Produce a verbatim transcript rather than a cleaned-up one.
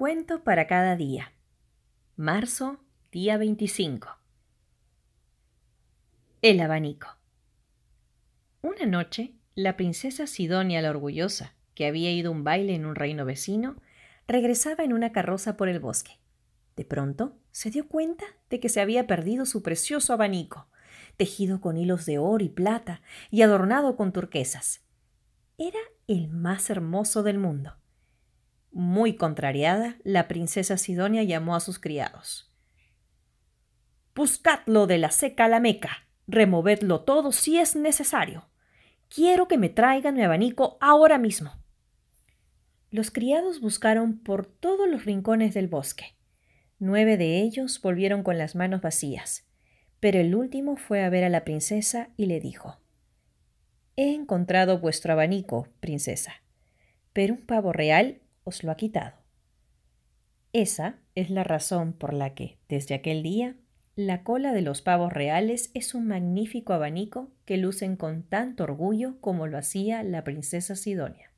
cuento para cada día. Marzo, día veinticinco. El abanico. Una noche, la princesa Sidonia la Orgullosa, que había ido a un baile en un reino vecino, regresaba en una carroza por el bosque. De pronto, se dio cuenta de que se había perdido su precioso abanico, tejido con hilos de oro y plata y adornado con turquesas. Era el más hermoso del mundo. Muy contrariada, la princesa Sidonia llamó a sus criados. «Buscadlo de la seca a la meca, removedlo todo si es necesario. Quiero que me traigan mi abanico ahora mismo». Los criados buscaron por todos los rincones del bosque. Nueve de ellos volvieron con las manos vacías, pero el último fue a ver a la princesa y le dijo: «He encontrado vuestro abanico, princesa, pero un pavo real os lo ha quitado». Esa es la razón por la que, desde aquel día, la cola de los pavos reales es un magnífico abanico que lucen con tanto orgullo como lo hacía la princesa Sidonia.